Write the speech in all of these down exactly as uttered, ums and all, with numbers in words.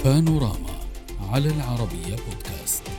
بانوراما على العربية بودكاست.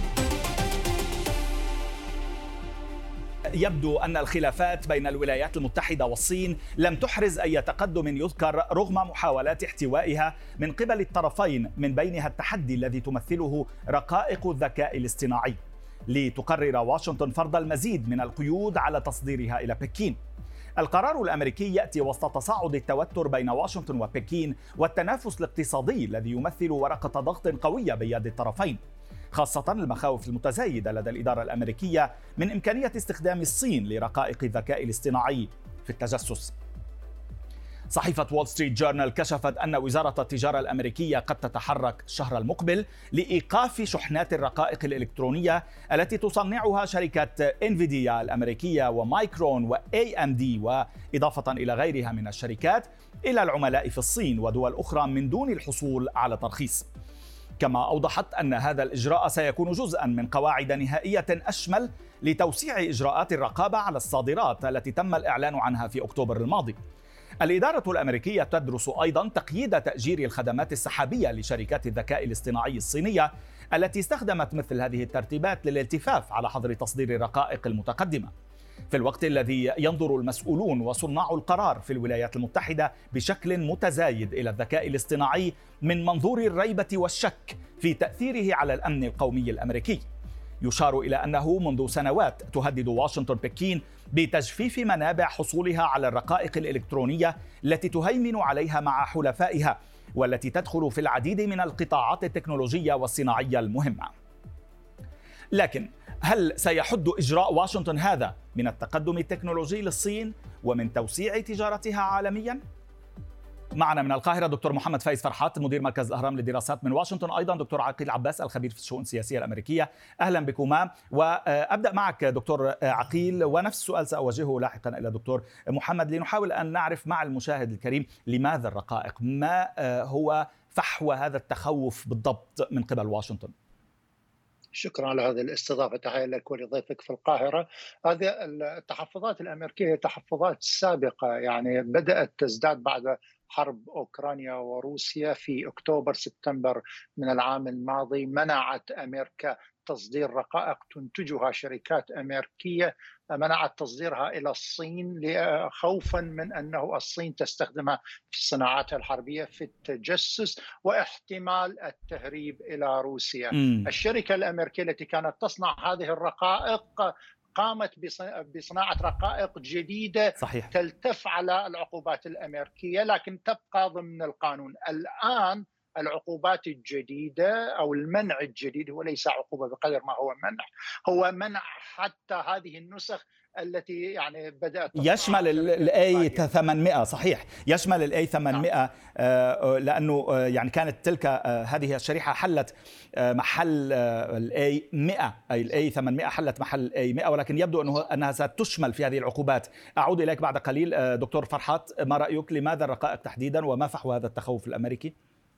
يبدو أن الخلافات بين الولايات المتحدة والصين لم تحرز أي تقدم يذكر رغم محاولات احتوائها من قبل الطرفين، من بينها التحدي الذي تمثله رقائق الذكاء الاصطناعي، لتقرر واشنطن فرض المزيد من القيود على تصديرها إلى بكين. القرار الأمريكي يأتي وسط تصاعد التوتر بين واشنطن وبكين والتنافس الاقتصادي الذي يمثل ورقة ضغط قوية بيد الطرفين، خاصة المخاوف المتزايدة لدى الإدارة الأمريكية من إمكانية استخدام الصين لرقائق الذكاء الاصطناعي في التجسس. صحيفة وول ستريت جورنال كشفت أن وزارة التجارة الأمريكية قد تتحرك الشهر المقبل لإيقاف شحنات الرقائق الإلكترونية التي تصنعها شركة إنفيديا الأمريكية ومايكرون وإي إم دي، وإضافة إلى غيرها من الشركات، إلى العملاء في الصين ودول أخرى من دون الحصول على ترخيص. كما أوضحت أن هذا الإجراء سيكون جزءاً من قواعد نهائية أشمل لتوسيع إجراءات الرقابة على الصادرات التي تم الإعلان عنها في أكتوبر الماضي. الإدارة الأمريكية تدرس أيضاً تقييد تأجير الخدمات السحابية لشركات الذكاء الاصطناعي الصينية التي استخدمت مثل هذه الترتيبات للالتفاف على حظر تصدير الرقائق المتقدمة، في الوقت الذي ينظر المسؤولون وصناع القرار في الولايات المتحدة بشكل متزايد إلى الذكاء الاصطناعي من منظور الريبة والشك في تأثيره على الأمن القومي الأمريكي. يشار إلى أنه منذ سنوات تهدد واشنطن بكين بتجفيف منابع حصولها على الرقائق الإلكترونية التي تهيمن عليها مع حلفائها، والتي تدخل في العديد من القطاعات التكنولوجية والصناعية المهمة. لكن هل سيحد إجراء واشنطن هذا من التقدم التكنولوجي للصين ومن توسيع تجارتها عالمياً؟ معنا من القاهرة دكتور محمد فايز فرحات، مدير مركز الأهرام للدراسات من واشنطن، أيضاً دكتور عقيل عباس الخبير في الشؤون السياسية الأمريكية. أهلاً بكما. وأبدأ معك دكتور عقيل، ونفس السؤال سأوجهه لاحقاً إلى دكتور محمد، لنحاول أن نعرف مع المشاهد الكريم لماذا الرقائق؟ ما هو فحوى هذا التخوف بالضبط من قبل واشنطن؟ شكرا على هذه الاستضافة، تحية لك ولضيفك في القاهرة. هذه التحفظات الأمريكية تحفظات سابقة، يعني بدأت تزداد بعد حرب أوكرانيا وروسيا في أكتوبر سبتمبر من العام الماضي. منعت أمريكا تصدير رقائق تنتجها شركات أمريكية، منعت تصديرها إلى الصين خوفا من أنه الصين تستخدمها في صناعاتها الحربية في التجسس واحتمال التهريب إلى روسيا. م. الشركة الأمريكية التي كانت تصنع هذه الرقائق قامت بصناعة رقائق جديدة صحيح. تلتف على العقوبات الأمريكية، لكن تبقى ضمن القانون. الآن العقوبات الجديدة أو المنع الجديد هو ليس عقوبة بقدر ما هو منع، هو منع حتى هذه النسخ التي يعني بدأت يشمل الاي ثمانمائة. صحيح، يشمل الاي ثمانمائة. آه لأنه آه يعني كانت تلك آه هذه الشريحة حلت آه محل الاي مئة، أي الاي ثمانمائة حلت محل الاي مئة، ولكن يبدو أنه أنها ستشمل في هذه العقوبات. أعود إليك بعد قليل. آه دكتور فرحات، ما رأيك؟ لماذا الرقائق تحديدا وما فحوى هذا التخوف الأمريكي؟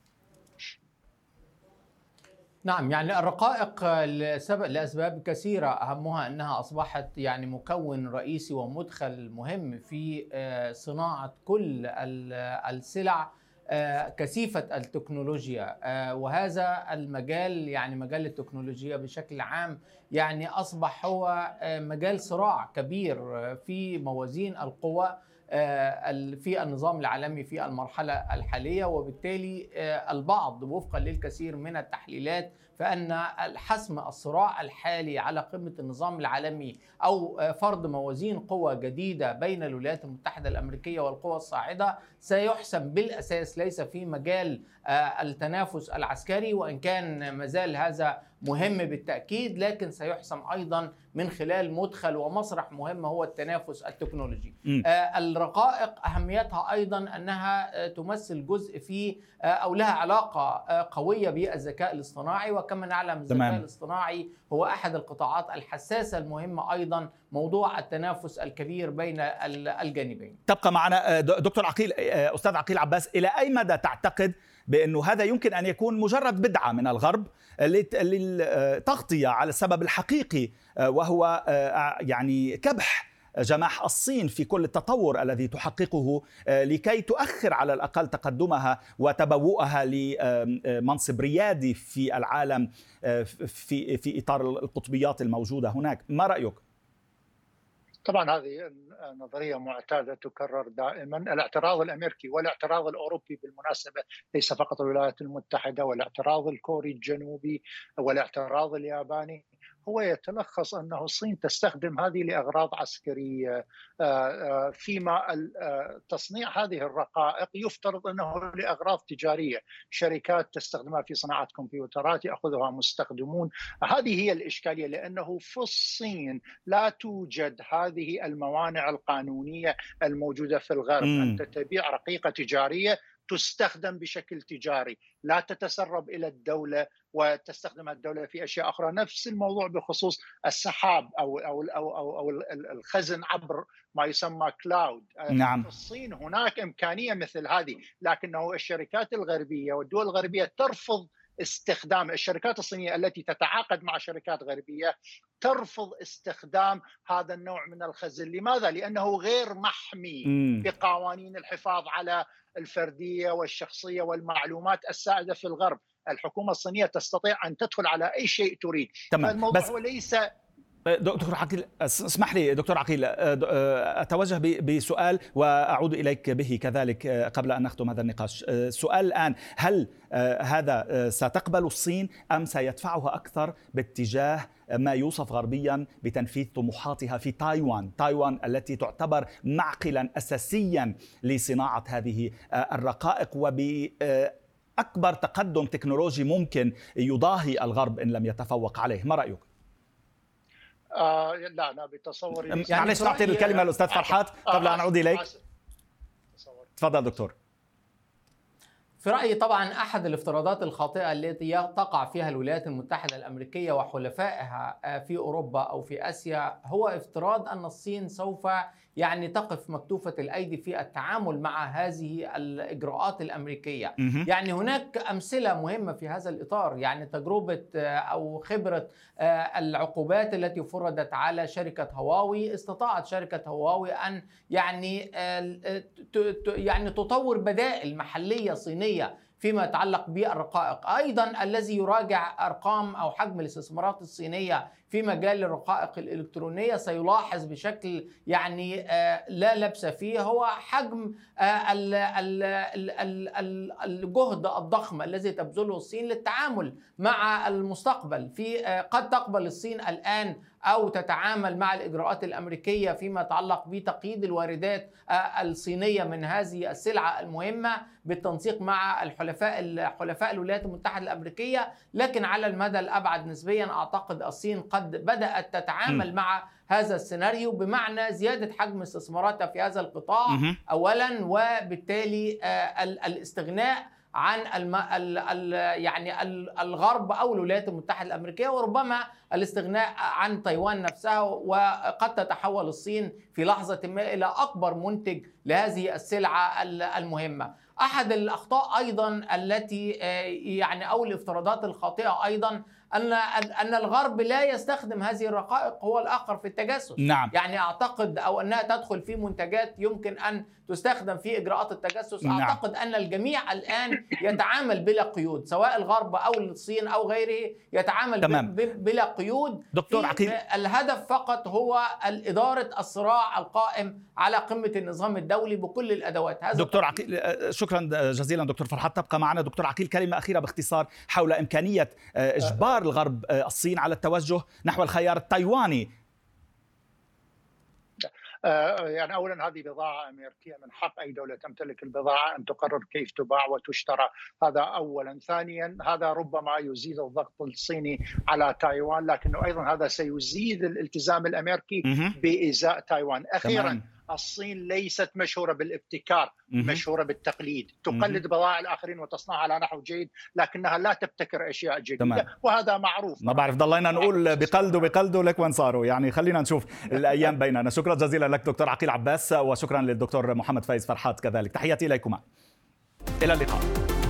نعم، يعني الرقائق لأسباب كثيرة، أهمها أنها أصبحت يعني مكون رئيسي ومدخل مهم في صناعة كل السلع كثيفة التكنولوجيا. وهذا المجال، يعني مجال التكنولوجيا بشكل عام، يعني أصبح هو مجال صراع كبير في موازين القوى في النظام العالمي في المرحلة الحالية. وبالتالي البعض وفقا للكثير من التحليلات فإن الحسم الصراع الحالي على قمة النظام العالمي أو فرض موازين قوى جديدة بين الولايات المتحدة الأمريكية والقوى الصاعدة سيحسم بالأساس ليس في مجال التنافس العسكري، وإن كان مازال هذا مهم بالتأكيد، لكن سيحسم أيضا من خلال مدخل ومسرح مهم هو التنافس التكنولوجي. آه الرقائق أهميتها أيضا أنها تمثل جزء في آه أو لها علاقة آه قوية بالذكاء الاصطناعي، وكما نعلم الذكاء تمام. الاصطناعي هو أحد القطاعات الحساسة المهمة، أيضا موضوع التنافس الكبير بين الجانبين. تبقى معنا دكتور عقيل، أستاذ عقيل عباس، إلى أي مدى تعتقد بأنه هذا يمكن أن يكون مجرد بدعة من الغرب للتغطية على السبب الحقيقي، وهو يعني كبح جماح الصين في كل التطور الذي تحققه لكي تؤخر على الأقل تقدمها وتبوؤها لمنصب ريادي في العالم في في إطار القطبيات الموجودة هناك؟ ما رأيك؟ طبعا هذه نظرية معتادة تكرر دائما. الاعتراض الأمريكي والاعتراض الأوروبي بالمناسبة، ليس فقط الولايات المتحدة، والاعتراض الكوري الجنوبي والاعتراض الياباني، هو يتلخص أنه الصين تستخدم هذه لأغراض عسكرية، فيما تصنيع هذه الرقائق يفترض أنه لأغراض تجارية. شركات تستخدمها في صناعة كمبيوترات يأخذها مستخدمون. هذه هي الإشكالية، لأنه في الصين لا توجد هذه الموانع القانونية الموجودة في الغرب. م. أنت تبيع رقيقة تجارية تستخدم بشكل تجاري، لا تتسرب إلى الدولة وتستخدمها الدولة في أشياء أخرى. نفس الموضوع بخصوص السحاب أو أو أو أو, أو الخزن عبر ما يسمى كلاود. نعم. في الصين هناك إمكانية مثل هذه، لكنه الشركات الغربية والدول الغربية ترفض استخدام. الشركات الصينية التي تتعاقد مع شركات غربية ترفض استخدام هذا النوع من الخزن. لماذا؟ لأنه غير محمي م. بقوانين الحفاظ على الفردية والشخصية والمعلومات السائدة في الغرب. الحكومة الصينية تستطيع أن تدخل على أي شيء تريد. الموضوع هو ليس. دكتور عقيل، اسمح لي دكتور عقيل، أتوجه بسؤال وأعود إليك به كذلك قبل أن نختم هذا النقاش. السؤال الآن: هل هذا ستقبل الصين أم سيدفعها أكثر باتجاه ما يوصف غربيا بتنفيذ طموحاتها في تايوان تايوان التي تعتبر معقلا أساسيا لصناعة هذه الرقائق وبأكبر تقدم تكنولوجي ممكن يضاهي الغرب إن لم يتفوق عليه؟ ما رأيك؟ آه لا أنا بتصوري يعني معلش تعطي الكلمة الأستاذ فرحات قبل أن أعود إليك. تفضل دكتور. في رأيي طبعا أحد الافتراضات الخاطئة التي تقع فيها الولايات المتحدة الأمريكية وحلفائها في أوروبا أو في آسيا هو افتراض أن الصين سوف يعني تقف مكتوفة الأيدي في التعامل مع هذه الإجراءات الأمريكية. يعني هناك أمثلة مهمة في هذا الإطار، يعني تجربة أو خبرة العقوبات التي فرضت على شركة هواوي. استطاعت شركة هواوي أن يعني يعني تطور بدائل محلية صينية فيما يتعلق بالرقائق. أيضا الذي يراجع أرقام أو حجم الاستثمارات الصينية في مجال الرقائق الإلكترونية سيلاحظ بشكل يعني لا لبس فيه هو حجم الجهد الضخم الذي تبذله الصين للتعامل مع المستقبل. في قد تقبل الصين الآن أو تتعامل مع الإجراءات الأمريكية فيما يتعلق بتقييد الواردات الصينية من هذه السلعة المهمة بالتنسيق مع الحلفاء الحلفاء الولايات المتحدة الأمريكية، لكن على المدى الأبعد نسبيا أعتقد الصين قد بدأت تتعامل م. مع هذا السيناريو، بمعنى زيادة حجم استثماراتها في هذا القطاع م. أولا، وبالتالي الاستغناء عن الم... ال... ال... يعني ال... الغرب أو الولايات المتحدة الأمريكية، وربما الاستغناء عن تايوان نفسها. وقد تتحول الصين في لحظة ما إلى أكبر منتج لهذه السلعة المهمة. أحد الأخطاء أيضا التي يعني أو الافتراضات الخاطئة أيضا أن أن الغرب لا يستخدم هذه الرقائق هو الآخر في التجسس. نعم. يعني أعتقد أو أنها تدخل في منتجات يمكن أن تستخدم في إجراءات التجسس. نعم. أعتقد أن الجميع الآن يتعامل بلا قيود، سواء الغرب أو الصين أو غيره يتعامل تمام. بلا قيود. دكتور عقيل، الهدف فقط هو إدارة الصراع القائم على قمة النظام الدولي بكل الأدوات. هذا دكتور عقيل، شكرا جزيلا دكتور فرحات. تبقى معنا دكتور عقيل كلمة أخيرة باختصار حول إمكانية إجبار الغرب الصين على التوجه نحو الخيار التايواني. يعني أولا هذه بضاعة أمريكية، من حق أي دولة تمتلك البضاعة أن تقرر كيف تباع وتشترى، هذا أولا. ثانيا هذا ربما يزيد الضغط الصيني على تايوان، لكنه أيضا هذا سيزيد الالتزام الأمريكي بإزاء تايوان. أخيرا تمام. الصين ليست مشهورة بالابتكار، مشهورة بالتقليد، تقلد بضائع الآخرين وتصنعها على نحو جيد، لكنها لا تبتكر أشياء جديدة. تمام. وهذا معروف. ما بعرف ضلينا نقول بقلده بقلده لك وين صاروا، يعني خلينا نشوف الأيام بيننا. شكرا جزيلا لك دكتور عقيل عباس، وشكرا للدكتور محمد فايز فرحات كذلك. تحياتي إليكما، إلى اللقاء.